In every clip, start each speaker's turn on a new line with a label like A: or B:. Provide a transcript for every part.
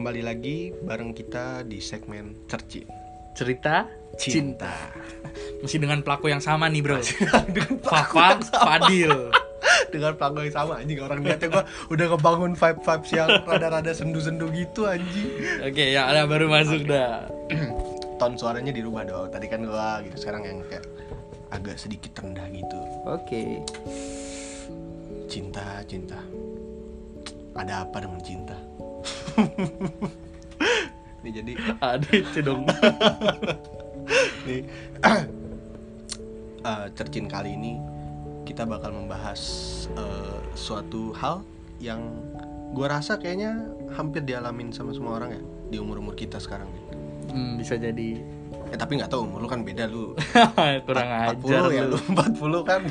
A: Kembali lagi bareng kita di segmen Cercin
B: Cerita
A: Cinta.
B: Masih dengan pelaku yang sama nih bro.
A: Dengan pelaku
B: Fafa
A: yang sama.
B: Fadil.
A: Dengan pelaku yang sama anjing. Orang niatnya gue udah ngebangun vibes yang rada-rada sendu-sendu gitu anjing.
B: Oke ya ada baru masuk dah.
A: Ton suaranya dirubah dong. Tadi kan gue gitu, sekarang yang kayak agak sedikit rendah gitu.
B: Oke.
A: Cinta. Ada apa dengan cinta? Ini jadi
B: Ada itu dong.
A: nih Cercin kali ini kita bakal membahas suatu hal yang gue rasa kayaknya hampir dialamin sama semua orang ya di umur kita sekarang nih.
B: Bisa jadi.
A: Tapi nggak tahu umur lu kan beda, lu
B: Kurang
A: 40
B: ajar
A: ya, lu 40 kan.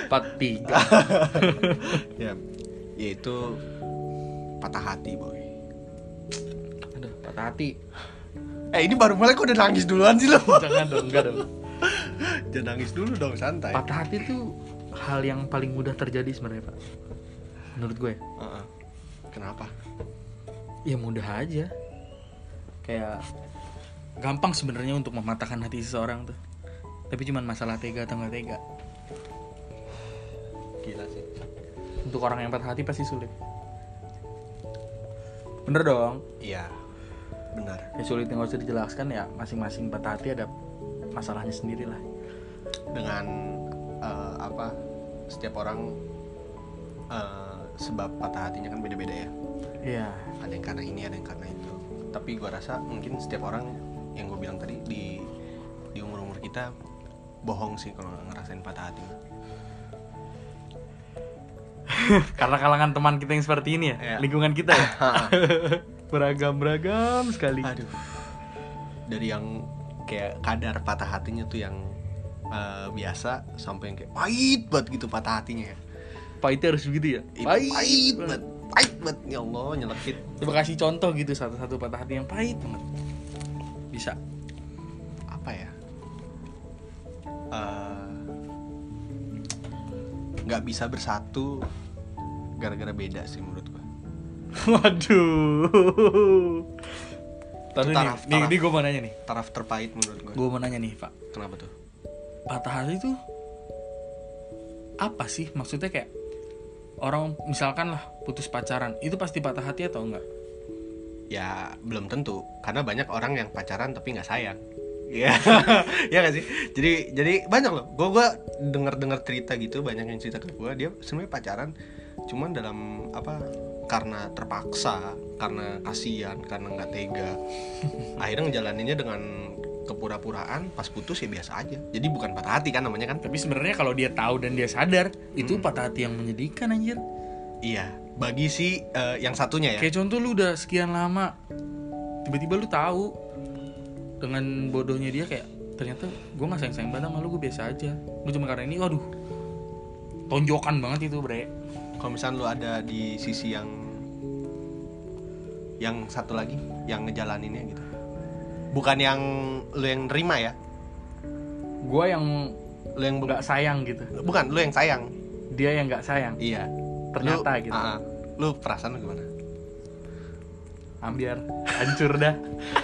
B: 43.
A: Ya, yaitu patah hati boy.
B: Aduh patah hati.
A: Ini baru mulai kok udah nangis duluan sih lo.
B: Jangan dong, enggak dong.
A: Jangan nangis dulu dong, santai.
B: Patah hati tuh hal yang paling mudah terjadi sebenarnya pak. Menurut gue.
A: Kenapa?
B: Ya mudah aja. Kayak gampang sebenarnya untuk mematahkan hati seseorang tuh. Tapi cuman masalah tega atau nggak tega.
A: Gila sih.
B: Untuk orang yang patah hati pasti sulit. Bener dong.
A: Iya, benar.
B: Ya sulit yang harus dijelaskan ya, masing-masing patah hati ada masalahnya sendiri lah.
A: Dengan setiap orang sebab patah hatinya kan beda-beda ya.
B: Iya.
A: Ada yang karena ini, ada yang karena itu. Tapi gue rasa mungkin setiap orang yang gue bilang tadi di umur kita bohong sih kalau ngerasain patah hati.
B: Karena kalangan teman kita yang seperti ini ya,
A: Iya.
B: lingkungan kita ya. Beragam sekali.
A: Aduh. Dari yang kayak kadar patah hatinya tuh yang biasa sampai yang kayak pahit banget gitu patah hatinya ya.
B: Pahitnya harus begitu ya.
A: Pahit banget ya Allah, nyelekit.
B: Coba kasih contoh gitu satu-satu patah hati yang pahit banget. Bisa.
A: Apa ya? Nggak bisa bersatu gara-gara beda sih menurut gua.
B: Waduh. Tadi
A: Taraf.
B: nih gue mau nanya nih.
A: Taraf terpahit menurut gua.
B: Gue mau nanya nih Pak.
A: Kenapa tuh?
B: Patah hati tuh apa sih? Maksudnya kayak orang misalkan lah putus pacaran, itu pasti patah hati atau enggak?
A: Ya belum tentu, karena banyak orang yang pacaran tapi nggak sayang. Iya, ya nggak sih. Jadi banyak loh. Gue dengar cerita gitu, banyak yang cerita ke gue, dia sebenarnya pacaran, cuman dalam karena terpaksa, karena kasihan, karena nggak tega, akhirnya ngejalaninnya dengan kepura-puraan. Pas putus ya biasa aja. Jadi bukan patah hati kan namanya kan.
B: Tapi sebenarnya kalau dia tahu dan dia sadar, itu patah hati yang menyedihkan anjir.
A: Iya, bagi si yang satunya ya.
B: Kayak contoh lu udah sekian lama, tiba-tiba lu tahu dengan bodohnya dia kayak ternyata gue nggak sayang banget sama lu, gue biasa aja. Lu cuma karena ini, waduh, tonjokan banget itu bre.
A: Kalau misalnya lu ada di sisi yang satu lagi yang ngejalaninnya gitu, bukan yang lu yang nerima ya,
B: Gue yang
A: lu yang
B: nggak sayang gitu,
A: bukan lu yang sayang,
B: dia yang nggak sayang.
A: iya
B: Ternyata
A: lu,
B: gitu.
A: Lu perasaan lu gimana?
B: Ambiar hancur dah.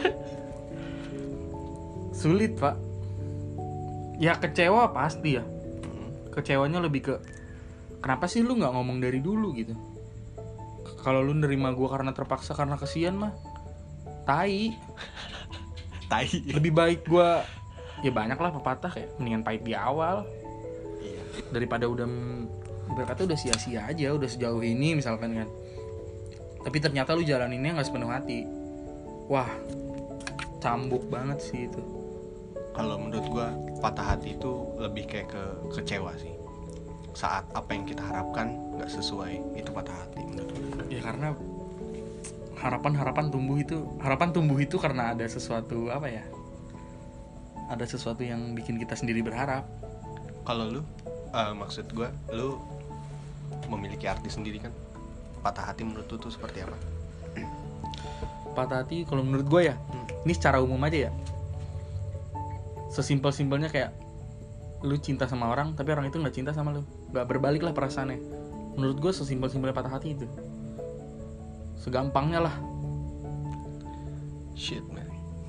B: Sulit pak. Ya kecewa pasti ya. Kecewanya lebih ke kenapa sih lu nggak ngomong dari dulu gitu. Kalau lu nerima gue karena terpaksa, karena kesian mah tai. Lebih baik gue ya banyak lah pepatah kayak mendingan pahit di awal.
A: Iya.
B: Daripada udah berkata udah sia-sia aja, udah sejauh ini misalkan kan. Tapi ternyata lu jalaninnya nggak sepenuh hati. Wah, cambuk banget sih itu.
A: Kalau menurut gua patah hati itu lebih kayak ke kecewa sih. Saat apa yang kita harapkan nggak sesuai, itu patah hati menurut gua.
B: Ya karena harapan tumbuh itu karena ada sesuatu ada sesuatu yang bikin kita sendiri berharap.
A: Kalau lu maksud gua, lu memiliki arti sendiri kan. Patah hati menurut lu tuh seperti apa?
B: Patah hati kalau menurut gue ya, ini secara umum aja ya, sesimpel-simpelnya kayak lu cinta sama orang tapi orang itu nggak cinta sama lu, nggak berbalik lah perasaannya. Menurut gue sesimpel-simpelnya patah hati itu, segampangnya lah.
A: Shit man.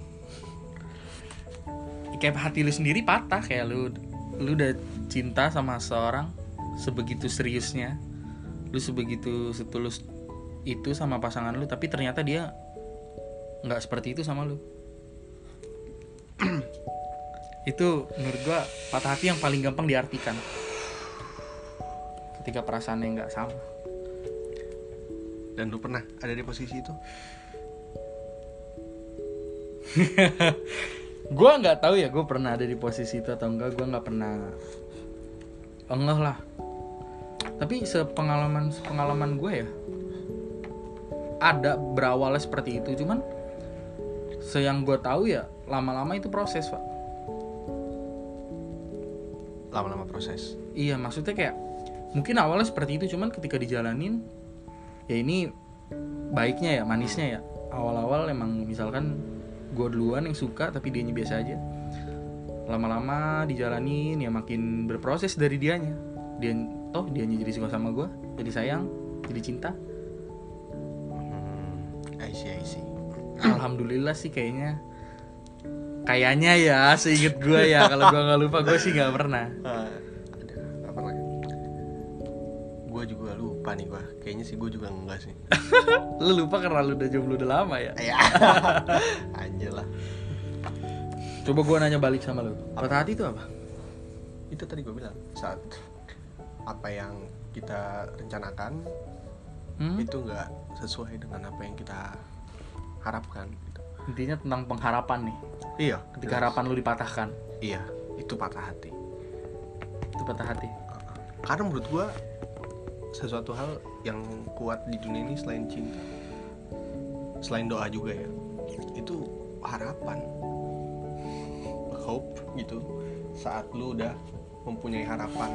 B: Kayak hati lu sendiri patah, kayak lu udah cinta sama seorang sebegitu seriusnya, lu sebegitu setulus itu sama pasangan lu, tapi ternyata dia nggak seperti itu sama lu. Itu menurut gua patah hati yang paling gampang diartikan, ketika perasaannya nggak sama.
A: Dan lu pernah ada di posisi itu?
B: Gue nggak tahu ya gue pernah ada di posisi itu atau enggak. Gue nggak pernah engeh lah. Tapi sepengalaman gue ya, ada berawalnya seperti itu. Cuman yang gue tahu ya lama-lama itu proses, Pak.
A: Lama-lama proses.
B: Iya, maksudnya kayak mungkin awalnya seperti itu, cuman ketika dijalanin ya ini baiknya ya, manisnya ya. Awal-awal emang misalkan gue duluan yang suka tapi dianya biasa aja. Lama-lama dijalanin ya makin berproses dari dianya. Dianya jadi suka sama gue, jadi sayang, jadi cinta.
A: I see.
B: Alhamdulillah sih kayaknya ya, seinget gue ya. Kalau gue nggak lupa, gue sih nggak pernah.
A: Nggak pernah. Gue juga lupa nih gue. Kayaknya sih gue juga enggak sih.
B: Lu lupa karena lu udah jomblo udah lama ya.
A: Ya. Anjir lah.
B: Coba gue nanya balik sama lu. Patah hati itu apa?
A: Itu tadi gue bilang, saat apa yang kita rencanakan itu nggak sesuai dengan apa yang kita harapkan gitu.
B: Intinya tentang pengharapan nih.
A: Iya.
B: Ketika harapan lu dipatahkan.
A: Iya, itu patah hati.
B: Itu patah hati.
A: Karena menurut gue sesuatu hal yang kuat di dunia ini selain cinta, selain doa juga ya, itu harapan, hope gitu. Saat lu udah mempunyai harapan,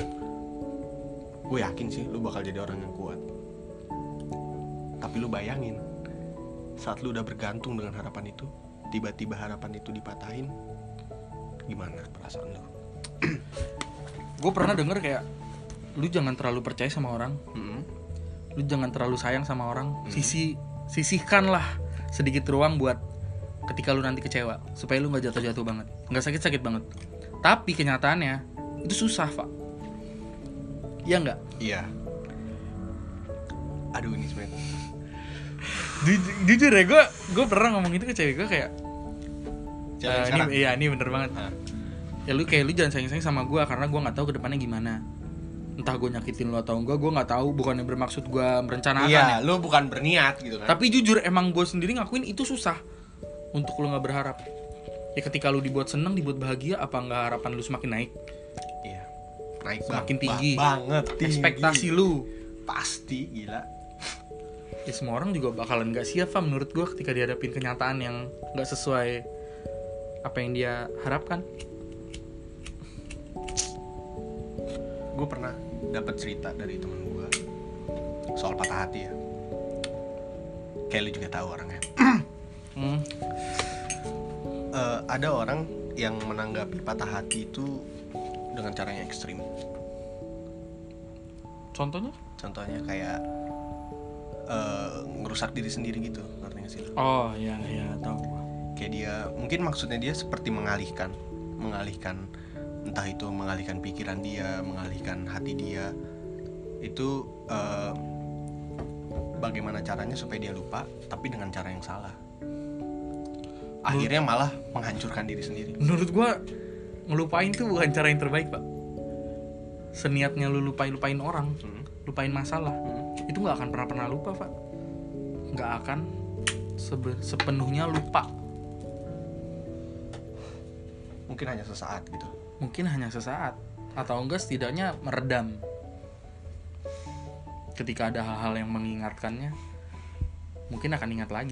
A: gue yakin sih lu bakal jadi orang yang kuat. Tapi lu bayangin, saat lu udah bergantung dengan harapan itu, tiba-tiba harapan itu dipatahin, gimana perasaan lu?
B: Gue pernah denger kayak, lu jangan terlalu percaya sama orang, lu jangan terlalu sayang sama orang, sisihkanlah sedikit ruang buat ketika lu nanti kecewa, supaya lu nggak jatuh-jatuh banget, nggak sakit-sakit banget. Tapi kenyataannya itu susah, Pak. Iya nggak?
A: Iya. Aduh ini sebenarnya.
B: Jujur ya, gue pernah ngomong itu ke cewek gue kayak, ini bener banget. Ya lu jangan sayang-sayang sama gue karena gue nggak tahu kedepannya gimana. Entah gue nyakitin lu atau enggak, gue nggak tahu. Bukannya bermaksud gue merencanakan.
A: Iya, lu bukan berniat gitu kan.
B: Tapi jujur emang gue sendiri ngakuin itu susah untuk lu nggak berharap. Ya ketika lu dibuat seneng, dibuat bahagia, apa nggak harapan lu semakin naik?
A: Iya, naik
B: semakin tinggi.
A: Banget tinggi.
B: Ekspektasi lu
A: pasti gila.
B: Ya semua orang juga bakalan nggak siap, Pak, menurut gue ketika dihadapin kenyataan yang nggak sesuai apa yang dia harapkan.
A: Gue pernah dapat cerita dari temen gue soal patah hati ya. Kayak lu juga tahu orangnya. Ada orang yang menanggapi patah hati itu dengan cara yang ekstrim.
B: Contohnya?
A: Contohnya kayak ngerusak diri sendiri gitu, ngerti gak sih?
B: Oh iya tahu.
A: Kayak dia, mungkin maksudnya dia seperti mengalihkan, entah itu mengalihkan pikiran dia, mengalihkan hati dia. Itu bagaimana caranya supaya dia lupa, tapi dengan cara yang salah. Akhirnya malah menghancurkan diri sendiri.
B: Menurut gue ngelupain tuh bukan cara yang terbaik, Pak. Seniatnya lu lupain orang, lupain masalah, itu nggak akan pernah lupa, Pak. Nggak akan sepenuhnya lupa.
A: Mungkin hanya sesaat gitu.
B: Mungkin hanya sesaat, atau enggak setidaknya meredam. Ketika ada hal-hal yang mengingatkannya, mungkin akan ingat lagi.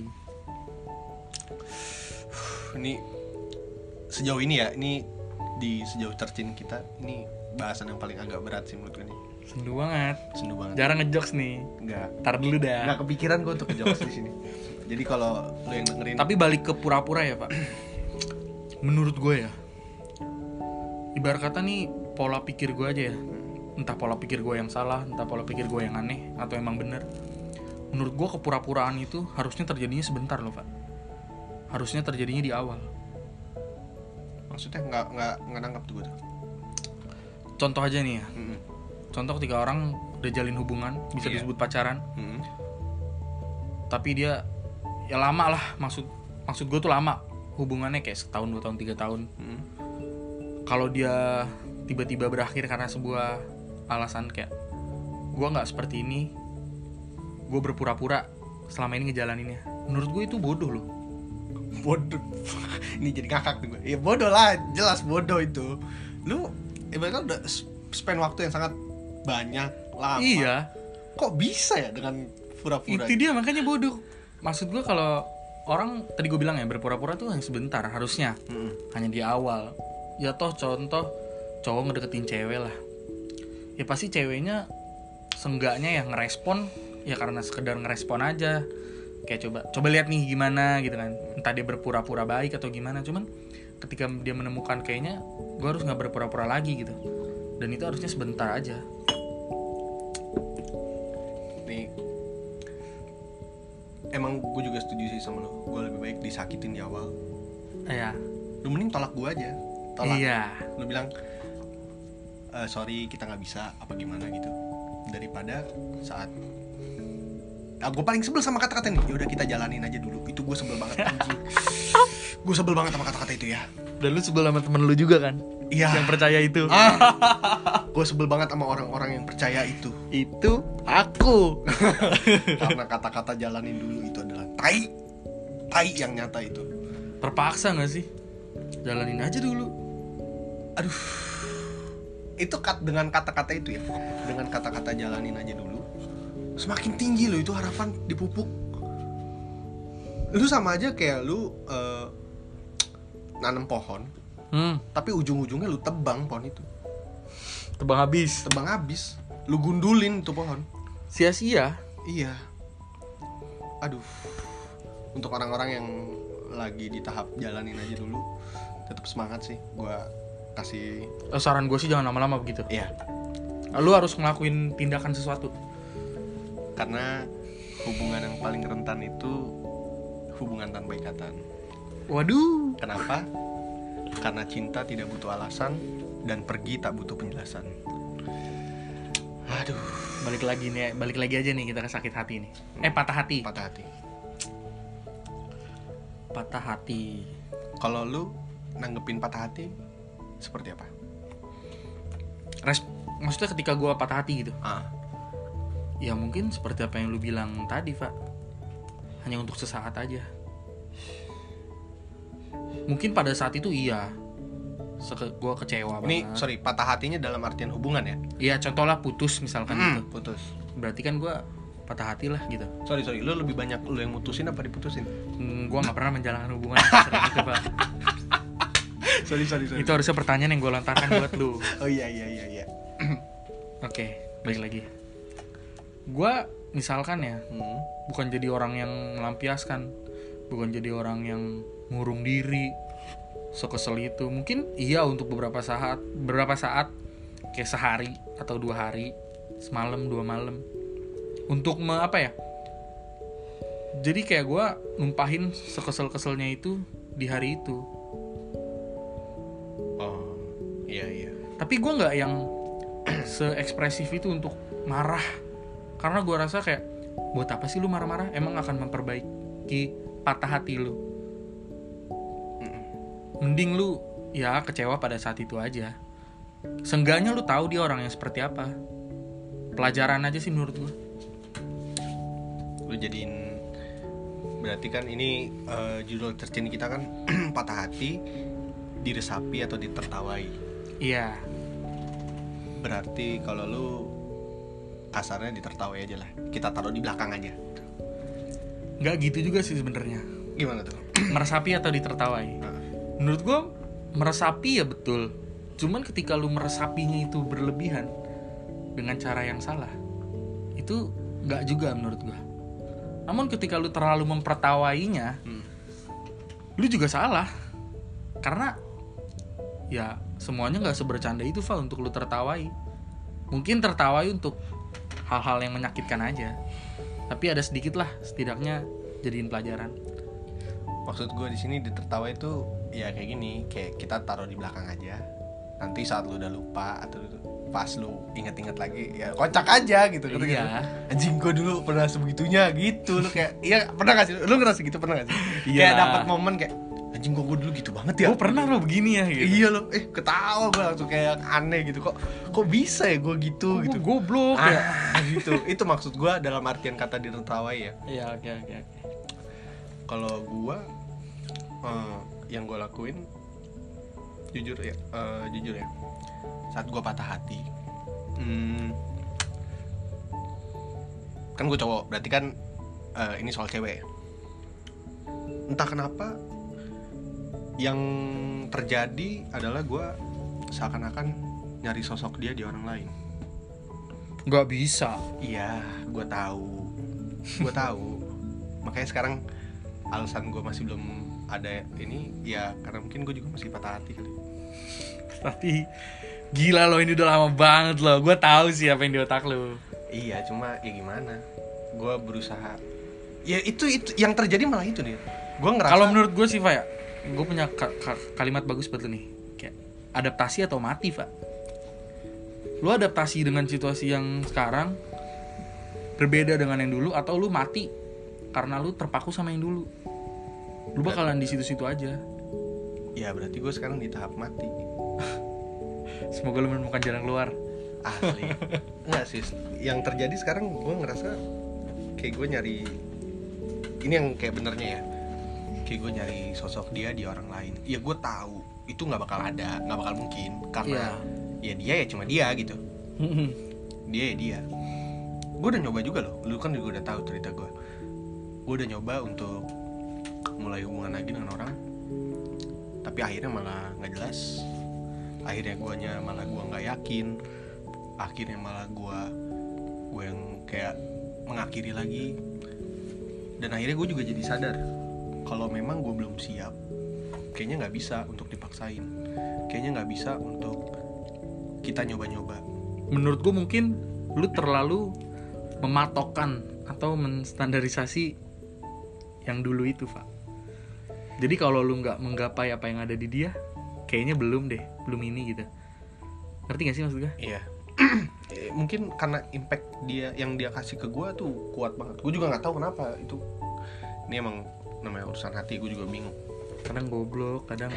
A: Ini sejauh ini ya, ini di sejauh tercin kita, ini bahasan yang paling agak berat sih menurut gue nih.
B: Sendu banget. Jarang ngejokes nih.
A: Enggak.
B: Tar dulu dah.
A: Enggak kepikiran gue untuk ngejokes di sini. Jadi kalau lo yang dengerin.
B: Tapi balik ke pura-pura ya, Pak. Menurut gue ya, ibarat kata nih pola pikir gue aja ya. Entah pola pikir gue yang salah, entah pola pikir gue yang aneh, atau emang bener. Menurut gue kepura-puraan itu harusnya terjadinya sebentar loh, Pak. harusnya terjadinya di awal.
A: Maksudnya nggak nangkap tuh gue tuh.
B: Contoh aja nih ya. Contoh ketika orang udah jalin hubungan, bisa disebut pacaran. Tapi dia ya lama lah, maksud gue tuh lama hubungannya, kayak setahun, 2 tahun, 3 tahun. Kalau dia tiba-tiba berakhir karena sebuah alasan kayak gue nggak seperti ini, gue berpura-pura selama ini ngejalaninnya, menurut gue itu bodoh loh.
A: Bodoh. Ini jadi ngakak tuh gue. Ya bodoh lah, jelas bodoh itu. Lu ibaratnya udah spend waktu yang sangat banyak, lama.
B: Iya.
A: Kok bisa ya dengan pura-pura?
B: Itu dia makanya bodoh. Maksud gue kalau orang, tadi gue bilang ya, berpura-pura tuh yang sebentar harusnya. Hanya di awal. Ya toh contoh cowok ngedeketin cewek lah, ya pasti ceweknya seenggaknya ya ngerespon ya karena sekedar ngerespon aja, kayak coba lihat nih gimana gitu kan, entah dia berpura-pura baik atau gimana. Cuman ketika dia menemukan kayaknya gue harus nggak berpura-pura lagi gitu, dan itu harusnya sebentar aja.
A: Nih, emang gue juga setuju sih sama lo. Gue lebih baik disakitin di awal.
B: Iya.
A: Lu mending tolak gue aja. Tolak.
B: Iya.
A: Lu bilang sorry kita nggak bisa apa gimana gitu, daripada saat gue paling sebel sama kata-kata nih. Yaudah kita jalanin aja dulu. Itu gue sebel banget anjing. Gue sebel banget sama kata-kata itu ya.
B: Dan lu sebel sama temen lu juga kan?
A: Iya.
B: Yang percaya itu.
A: Gue sebel banget sama orang-orang yang percaya itu.
B: Itu aku.
A: Karena kata-kata jalanin dulu itu adalah tai yang nyata itu.
B: Terpaksa nggak sih? Jalanin aja dulu.
A: Aduh. Itu dengan kata-kata itu ya. Dengan kata-kata jalanin aja dulu, semakin tinggi loh itu harapan dipupuk. Lu sama aja kayak lu nanam pohon, tapi ujung-ujungnya lu tebang pohon itu.
B: Tebang habis. Lu gundulin tuh pohon. Sia-sia.
A: Iya. Aduh. Untuk orang-orang yang lagi di tahap jalanin aja dulu, tetap semangat sih. Gua kasih
B: saran gue sih jangan lama-lama begitu.
A: Iya.
B: Lu harus ngelakuin tindakan sesuatu.
A: Karena hubungan yang paling rentan itu hubungan tanpa ikatan.
B: Waduh.
A: Kenapa? Karena cinta tidak butuh alasan dan pergi tak butuh penjelasan. Aduh.
B: Balik lagi aja nih kita ke sakit hati nih. Patah hati. Patah hati.
A: Kalau lu nanggepin patah hati seperti apa?
B: Maksudnya ketika gue patah hati gitu? Ya mungkin seperti apa yang lu bilang tadi, Pak. Hanya untuk sesaat aja. Mungkin pada saat itu iya, gue kecewa banget.
A: Ini sorry, patah hatinya dalam artian hubungan ya?
B: Iya, contoh lah putus misalkan gitu.
A: Putus.
B: Berarti kan gue patah hati lah gitu.
A: Sorry, lu lebih banyak lu yang mutusin apa diputusin?
B: Gue nggak pernah menjalankan hubungan sering itu, Pak.
A: Sorry.
B: Itu harusnya pertanyaan yang gue lontarkan buat lu.
A: Oh iya.
B: Oke, balik lagi. Gue misalkan ya, bukan jadi orang yang melampiaskan, bukan jadi orang yang ngurung diri, sekesel itu. Mungkin iya untuk beberapa saat, kayak sehari atau 2 hari, semalam 2 malam, untuk jadi kayak gue numpahin sekesel-keselnya itu di hari itu.
A: Oh iya.
B: Tapi gue nggak yang se-ekspresif itu untuk marah, karena gue rasa kayak buat apa sih lu marah-marah? Emang akan memperbaiki patah hati lu? Mending lu ya kecewa pada saat itu aja. Seenggaknya lu tahu dia orang yang seperti apa. Pelajaran aja sih menurut gue.
A: Lu jadiin, berarti kan ini judul terkini kita kan patah hati, diresapi atau ditertawai.
B: Iya.
A: Berarti kalau lu kasarnya ditertawai aja lah. Kita taruh di belakang aja.
B: Nggak gitu juga sih sebenarnya.
A: Gimana tuh?
B: Meresapi atau ditertawai? Menurut gue meresapi ya betul. Cuman ketika lu meresapinya itu berlebihan dengan cara yang salah, itu nggak juga menurut gue. Namun ketika lu terlalu mempertawainya, lu juga salah. Karena ya semuanya nggak sebercanda itu, Val, untuk lu tertawai. Mungkin tertawai untuk hal-hal yang menyakitkan aja, tapi ada sedikit lah setidaknya jadiin pelajaran.
A: maksud gue di sini ditertawa itu ya kayak gini, kayak kita taruh di belakang aja. Nanti saat lu udah lupa atau pas lu inget-inget lagi ya kocak aja gitu.
B: Iya.
A: Anjing gue dulu pernah sebegitunya gitu. Lu kayak iya pernah gak sih? Lu ngerasa gitu pernah gak sih?
B: Iya.
A: Kayak dapat momen kayak anjing gue dulu gitu banget ya.
B: Gue pernah lo begini ya gitu.
A: Iya lo, ketawa gue langsung kayak aneh gitu. Kok bisa ya gue gitu gitu.
B: Goblok ya.
A: Gitu. Itu maksud gue dalam artian kata ditertawai ya.
B: Iya, oke.
A: Kalau gue yang gue lakuin jujur ya saat gue patah hati, kan gue cowok berarti kan ini soal cewek. Entah kenapa yang terjadi adalah gue seakan-akan nyari sosok dia di orang lain.
B: Nggak bisa.
A: Iya, gue tahu. Makanya sekarang alasan gue masih belum ada ini ya karena mungkin gue juga masih patah hati kali.
B: Tapi gila lo, ini udah lama banget lo. Gue tahu sih apa yang di otak lo.
A: Iya, cuma ya gimana? Gue berusaha. Ya itu yang terjadi malah itu nih. Gue ngerasa.
B: Kalau menurut gue sih, Fa, ya, gue punya kalimat bagus buat lo nih. Kayak adaptasi atau mati, Fa. Lu adaptasi dengan situasi yang sekarang berbeda dengan yang dulu, atau lu mati karena lu terpaku sama yang dulu. Lu bakalan di situ-situ aja.
A: Ya berarti gue sekarang di tahap mati.
B: Semoga lu menemukan jalan keluar.
A: Asli. Enggak sih. Yang terjadi sekarang gue ngerasa kayak gue nyari. Ini yang kayak benernya ya. Kayak gue nyari sosok dia di orang lain. Ya gue tahu itu nggak bakal ada, nggak bakal mungkin karena ya dia ya cuma dia gitu. Dia ya dia. Gue udah nyoba juga loh. Lu kan juga udah tahu cerita gue. Gue udah nyoba untuk mulai hubungan lagi dengan orang, tapi akhirnya malah nggak jelas. Akhirnya guanya malah gue nggak yakin. Akhirnya malah gue yang kayak mengakhiri lagi. Dan akhirnya gue juga jadi sadar kalau memang gue belum siap. Kayaknya nggak bisa untuk dipaksain. Kayaknya nggak bisa untuk kita nyoba-nyoba.
B: Menurut gue mungkin lu terlalu mematokkan atau menstandarisasi yang dulu itu, Pak. Jadi kalau lu nggak menggapai apa yang ada di dia, kayaknya belum ini gitu. Ngerti nggak sih maksud gue?
A: Iya. Mungkin karena impact dia yang dia kasih ke gue tuh kuat banget. Gue juga nggak tahu kenapa itu. Ini emang namanya urusan hati, gue juga bingung.
B: Kadang goblok, kadang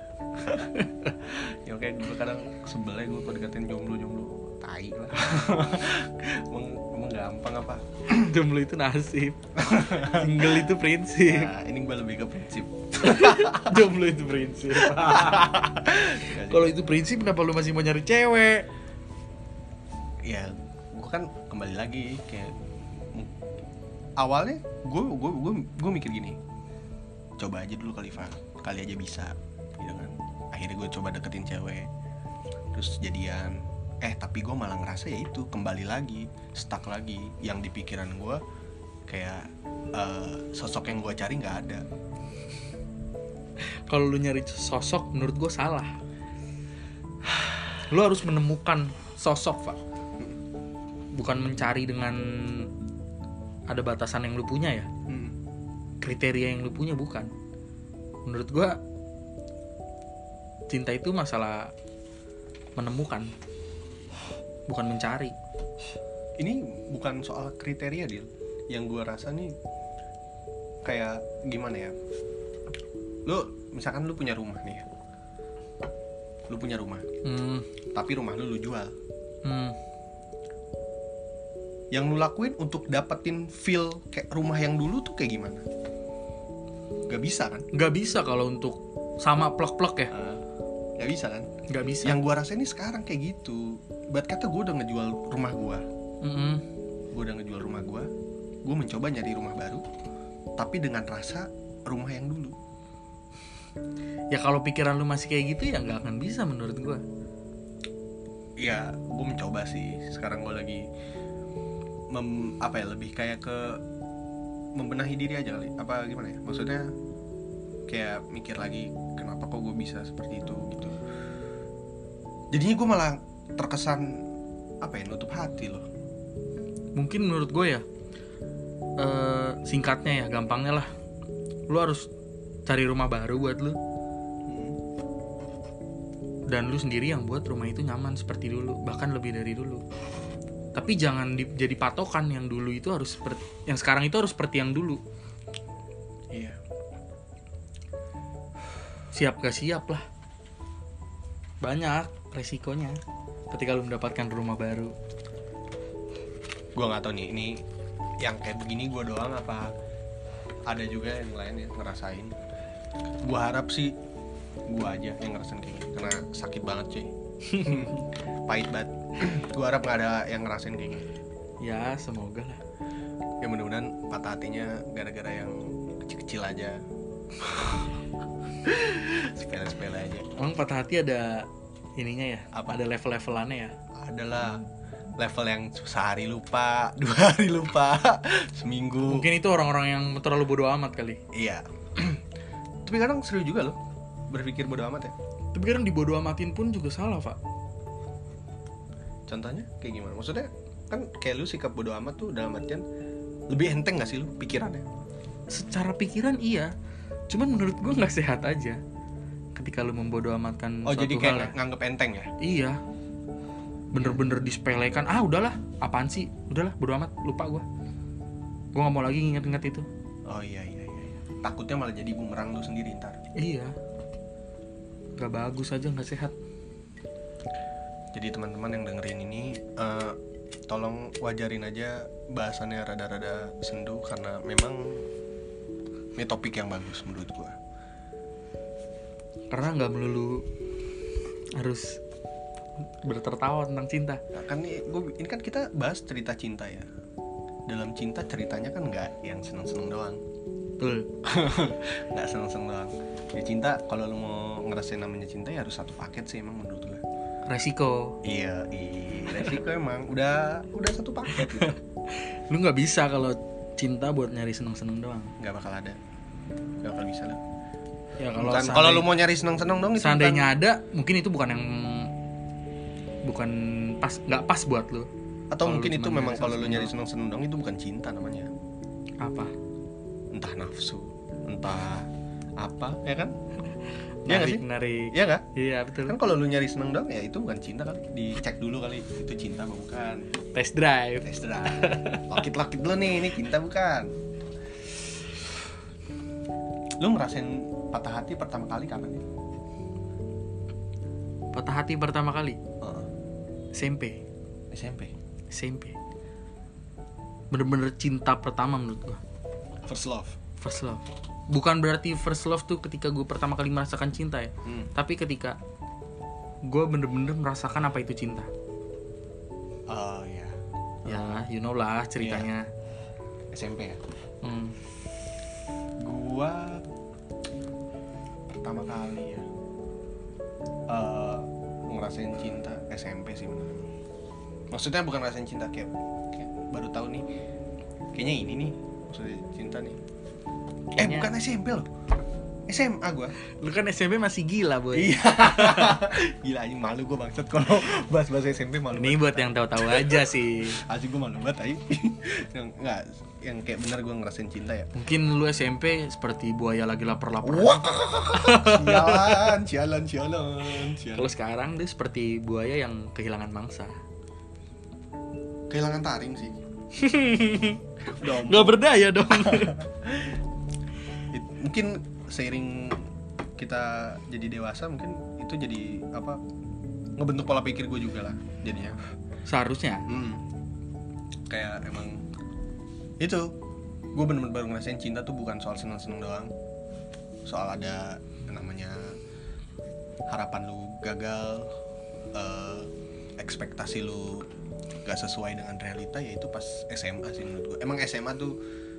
A: ya kayak gue kadang sebelnya gue kalau dikatain jomblo tai lah. emang gampang apa?
B: jomblo itu nasib, single itu prinsip.
A: Nah, ini gue lebih ke prinsip.
B: Jomblo itu prinsip. Kalau itu prinsip, kenapa lu masih mau nyari cewek?
A: Ya gue kan kembali lagi kayak awalnya gue mikir gini, coba aja dulu kali aja bisa gitu kan. Akhirnya gue coba deketin cewek, terus jadian. Tapi gue malah ngerasa ya itu kembali lagi, stuck lagi. Yang di pikiran gue kayak sosok yang gue cari nggak ada.
B: Kalau lu nyari sosok, menurut gue salah. Lu harus menemukan sosok, Pak. Bukan mencari dengan ada batasan yang lu punya ya. Kriteria yang lu punya bukan. Menurut gue cinta itu masalah menemukan, bukan mencari.
A: Ini bukan soal kriteria, Dil. Yang gue rasa nih kayak gimana ya, misalkan lu punya rumah nih ya. Lu punya rumah, tapi rumah lu jual. Yang lu lakuin untuk dapetin feel kayak rumah yang dulu tuh kayak gimana? Gak bisa kan?
B: Gak bisa kalau untuk sama plek-plek ya.
A: Gak bisa kan?
B: Gak bisa.
A: Yang gue rasain ini sekarang kayak gitu. Buat kata gue udah ngejual rumah gue. Gue udah ngejual rumah gue. Gue mencoba nyari rumah baru, tapi dengan rasa rumah yang dulu.
B: Ya kalau pikiran lu masih kayak gitu ya gak akan bisa menurut gue.
A: Ya gue mencoba sih. Sekarang gue lagi lebih kayak ke membenahi diri aja kali. Apa gimana ya? Maksudnya kayak mikir lagi kenapa kok gue bisa seperti itu gitu. Jadinya gue malah terkesan nutup hati loh.
B: Mungkin menurut gue ya, singkatnya ya, gampangnya lah, lu harus cari rumah baru buat lu,
A: Hmm.
B: dan lu sendiri yang buat rumah itu nyaman seperti dulu, bahkan lebih dari dulu. Tapi jangan jadi patokan yang dulu itu harus seperti, yang sekarang itu harus seperti yang dulu.
A: Iya.
B: Siap gak siap lah, banyak resikonya ketika lu mendapatkan rumah baru.
A: Gue nggak tahu nih, ini yang kayak begini gue doang apa ada juga yang lain yang ngerasain. Gue harap sih gue aja yang ngerasain kayak gini, karena sakit banget cuy. Pahit banget. Gue harap nggak ada yang ngerasain kayak gini.
B: Ya semoga lah.
A: Ya mudah-mudahan patah hatinya gara-gara yang kecil-kecil aja. Sepele-sepele aja.
B: Emang patah hati ada ininya ya?
A: Apa?
B: Ada level-levelannya ya?
A: Adalah level yang sehari lupa, 2 hari lupa, seminggu.
B: Mungkin itu orang-orang yang terlalu bodo amat kali.
A: Iya. Tapi kadang seru juga loh berpikir bodo amat ya.
B: Tapi kadang dibodo amatin pun juga salah, Pak.
A: Contohnya kayak gimana? Maksudnya kan kayak lu sikap bodo amat tuh dalam artian lebih enteng gak sih lu pikirannya?
B: Secara pikiran iya, cuman menurut gue nggak sehat aja ketika lu membodo amatkan
A: Oh
B: suatu
A: jadi
B: hal
A: kayak
B: ya.
A: nganggep enteng ya?
B: Iya, bener-bener disepelekan. Ah udahlah, apaan sih? Udahlah, bodo amat, lupa gue nggak mau lagi nginget-nginget itu.
A: Oh iya. Takutnya malah jadi bumerang lu sendiri ntar.
B: Iya, nggak bagus aja, nggak sehat.
A: Jadi teman-teman yang dengerin ini tolong wajarin aja bahasannya rada-rada sendu, karena memang ini topik yang bagus menurut gua.
B: Karena nggak melulu harus bertertawa tentang cinta.
A: Nah, kan ini kan kita bahas cerita cinta ya. Dalam cinta ceritanya kan nggak yang seneng-seneng doang.
B: Betul.
A: Nggak seneng-seneng doang. Ya cinta kalau lu mau ngerasain namanya cinta ya harus satu paket sih emang menurut gua.
B: Resiko.
A: Iya, resiko emang udah satu paket gitu.
B: Lu nggak bisa kalau cinta buat nyari seneng-seneng doang.
A: Nggak bakal ada, nggak bakal bisa lah.
B: Ya kalau
A: Bukan, kalau lu mau nyari seneng-seneng dong itu
B: seandainya
A: bukan.
B: ada, mungkin itu bukan pas, nggak pas buat lu.
A: Atau
B: Kalau
A: mungkin
B: lu
A: itu
B: cuma
A: memang
B: nyari
A: kalau lu nyari
B: seneng-seneng
A: seneng-seneng dong itu bukan cinta namanya.
B: Apa?
A: Entah nafsu, entah apa, ya kan? Iya nggak sih?
B: Narik.
A: Iya nggak?
B: Iya betul.
A: Kan kalau lu nyari seneng dong ya itu bukan cinta kali. Dicek dulu kali itu cinta apa bukan.
B: Test drive.
A: Test drive. Lokit dulu nih, ini cinta bukan. Lu ngerasain patah hati pertama kali kapan nih?
B: Patah hati pertama kali SMP.
A: SMP.
B: Bener-bener cinta pertama menurut gua.
A: First love.
B: First love. Bukan berarti first love tuh ketika gue pertama kali merasakan cinta ya. Tapi ketika gue bener-bener merasakan apa itu cinta.
A: Oh iya.
B: Ya, you know lah ceritanya.
A: SMP ya. Gua pertama kali ya ngerasain cinta SMP sih bener. Maksudnya bukan ngerasain cinta kayak baru tahu nih kayaknya ini nih maksudnya cinta nih.
B: Kayaknya...
A: bukan SMP loh, SMA gua.
B: Lu kan SMP masih gila boy.
A: Iya. Gila anjing, malu gua bangsat kalau bahas-bahas SMP, malu.
B: Ini buat yang tahu-tahu aja sih.
A: Asli gua malu banget yang kayak bener gua ngerasain cinta ya.
B: Mungkin lu SMP seperti buaya lagi lapar-lapar.
A: Wah. Sialan.
B: Kalau sekarang dia seperti buaya yang kehilangan mangsa.
A: Kehilangan taring sih.
B: Gak berdaya dong.
A: Mungkin seiring kita jadi dewasa mungkin itu jadi apa, ngebentuk pola pikir gue juga lah jadinya.
B: Seharusnya.
A: Kayak emang itu gue bener-bener baru ngerasain cinta tuh bukan soal seneng-seneng doang, soal ada namanya harapan lu gagal, ekspektasi lu gak sesuai dengan realita, ya itu pas SMA sih menurut gue. Emang SMA tuh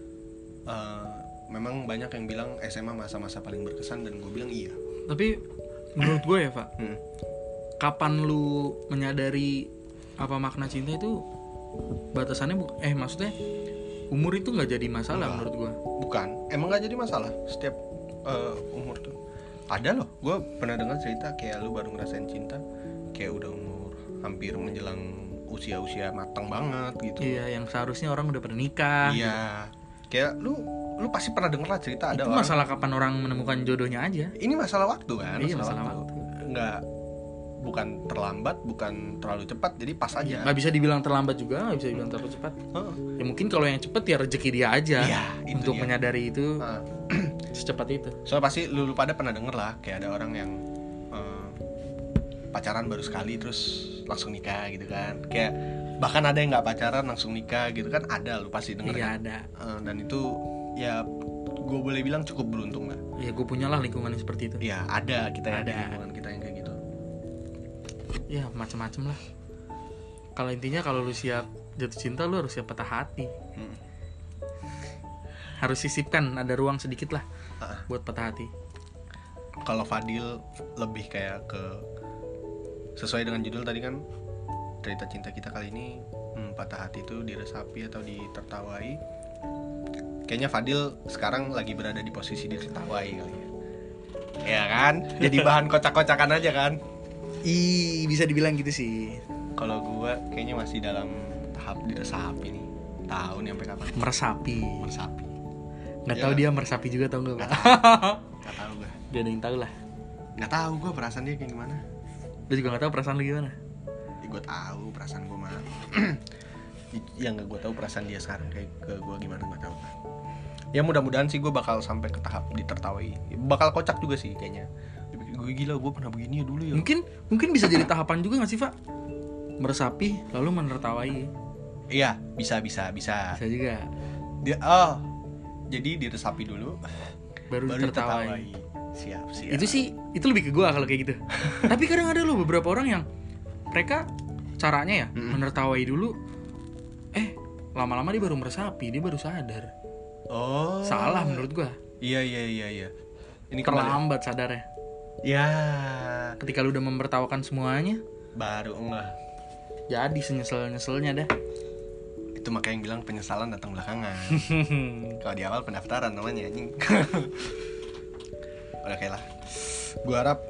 A: memang banyak yang bilang SMA masa-masa paling berkesan, dan gue bilang iya.
B: Tapi menurut gue ya Pak, kapan lu menyadari apa makna cinta itu batasannya maksudnya umur itu nggak jadi masalah. Enggak, menurut gue
A: bukan, emang nggak jadi masalah. Setiap umur tuh ada loh. Gue pernah dengar cerita kayak lu baru ngerasain cinta kayak udah umur hampir menjelang usia matang banget gitu.
B: Iya, yang seharusnya orang udah pada nikah.
A: Iya, kayak lu lu pasti pernah denger lah cerita ada
B: itu
A: orang.
B: masalah kapan orang menemukan jodohnya aja.
A: Ini masalah waktu kan?
B: Iya, masalah waktu.
A: Nggak, bukan terlambat, bukan terlalu cepat, jadi pas aja.
B: Nggak bisa dibilang terlambat juga, nggak bisa dibilang terlalu cepat. Ya mungkin kalau yang cepat ya rezeki dia aja.
A: Iya, itu
B: untuk
A: dia.
B: menyadari itu secepat itu.
A: Soalnya pasti lu pada pernah denger lah, kayak ada orang yang pacaran baru sekali terus langsung nikah gitu kan. Kayak bahkan ada yang nggak pacaran langsung nikah gitu kan, ada, lu pasti denger
B: Iya
A: kan?
B: ada.
A: Dan itu ya gue boleh bilang cukup beruntung lah.
B: Ya gue punyalah lingkungan yang seperti itu.
A: Ya ada kita yang di
B: Ada.
A: lingkungan kita yang kayak gitu.
B: Ya macam-macam lah. Kalau intinya kalau lu siap jatuh cinta, lu harus siap patah hati. Harus sisipkan ada ruang sedikit lah buat patah hati.
A: Kalau Fadil lebih kayak ke sesuai dengan judul tadi kan, cerita cinta kita kali ini patah hati itu diresapi atau ditertawai. Kayaknya Fadil sekarang lagi berada di posisi ditertawai kali ya. Ya kan? Jadi bahan kocak-kocakan aja kan.
B: Bisa dibilang gitu sih.
A: Kalau gua kayaknya masih dalam tahap diresapi nih. Tahu nih sampai kapan?
B: Meresapi. Nggak
A: Ya.
B: tahu dia meresapi juga atau enggak, Pak.
A: Nggak tahu gua.
B: Dia ada yang tahu lah.
A: Nggak tahu gua perasaan dia kayak gimana.
B: Dia juga nggak tahu perasaan lu gimana.
A: Ya, gue tahu perasaan gue mah. Yang nggak gue tahu perasaan dia sekarang kayak ke gue gimana nggak tahu. Ya mudah-mudahan sih gue bakal sampai ke tahap ditertawai. Bakal kocak juga sih kayaknya. Gue gila, gue pernah begini ya dulu ya.
B: Mungkin bisa jadi tahapan juga nggak sih, Pak? Meresapi lalu menertawai.
A: Iya, bisa.
B: Bisa juga.
A: Dia jadi diresapi dulu,
B: Baru ditertawai.
A: Siap.
B: Itu lebih ke gua kalau kayak gitu. Tapi kadang ada loh beberapa orang yang mereka caranya ya menertawai dulu, lama-lama dia baru meresapi, dia baru sadar.
A: Oh.
B: Salah menurut gua.
A: Iya. Ini
B: Terlambat sadarnya.
A: Ya.
B: Ketika lu udah mempertawakan semuanya,
A: Baru enggak.
B: jadi senyesel-nyeselnya dah.
A: Itu makanya yang bilang penyesalan datang belakangan. Kalau di awal pendaftaran namanya anjing. Udah kayak lah. Gue harap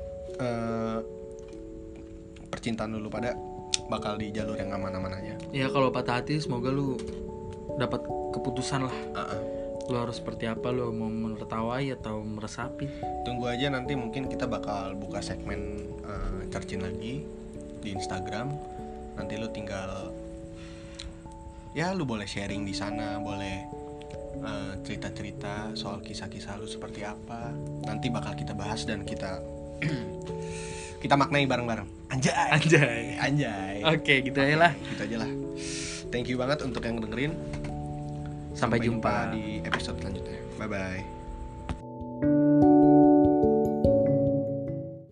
A: percintaan dulu pada bakal di jalur yang aman-aman aja.
B: Ya kalau patah hati semoga lu dapat keputusan lah. Lu harus seperti apa, lu mau menertawai atau meresapi.
A: Tunggu aja nanti mungkin kita bakal buka segmen cercin lagi di Instagram. Nanti lu tinggal lu boleh sharing di sana, boleh cerita-cerita soal kisah-kisah lu seperti apa. Nanti bakal kita bahas dan kita kita maknai bareng-bareng. Anjay.
B: Oke, gitu aja lah.
A: Gitu aja lah. Thank you banget untuk yang dengerin.
B: Sampai jumpa
A: di episode selanjutnya. Bye bye.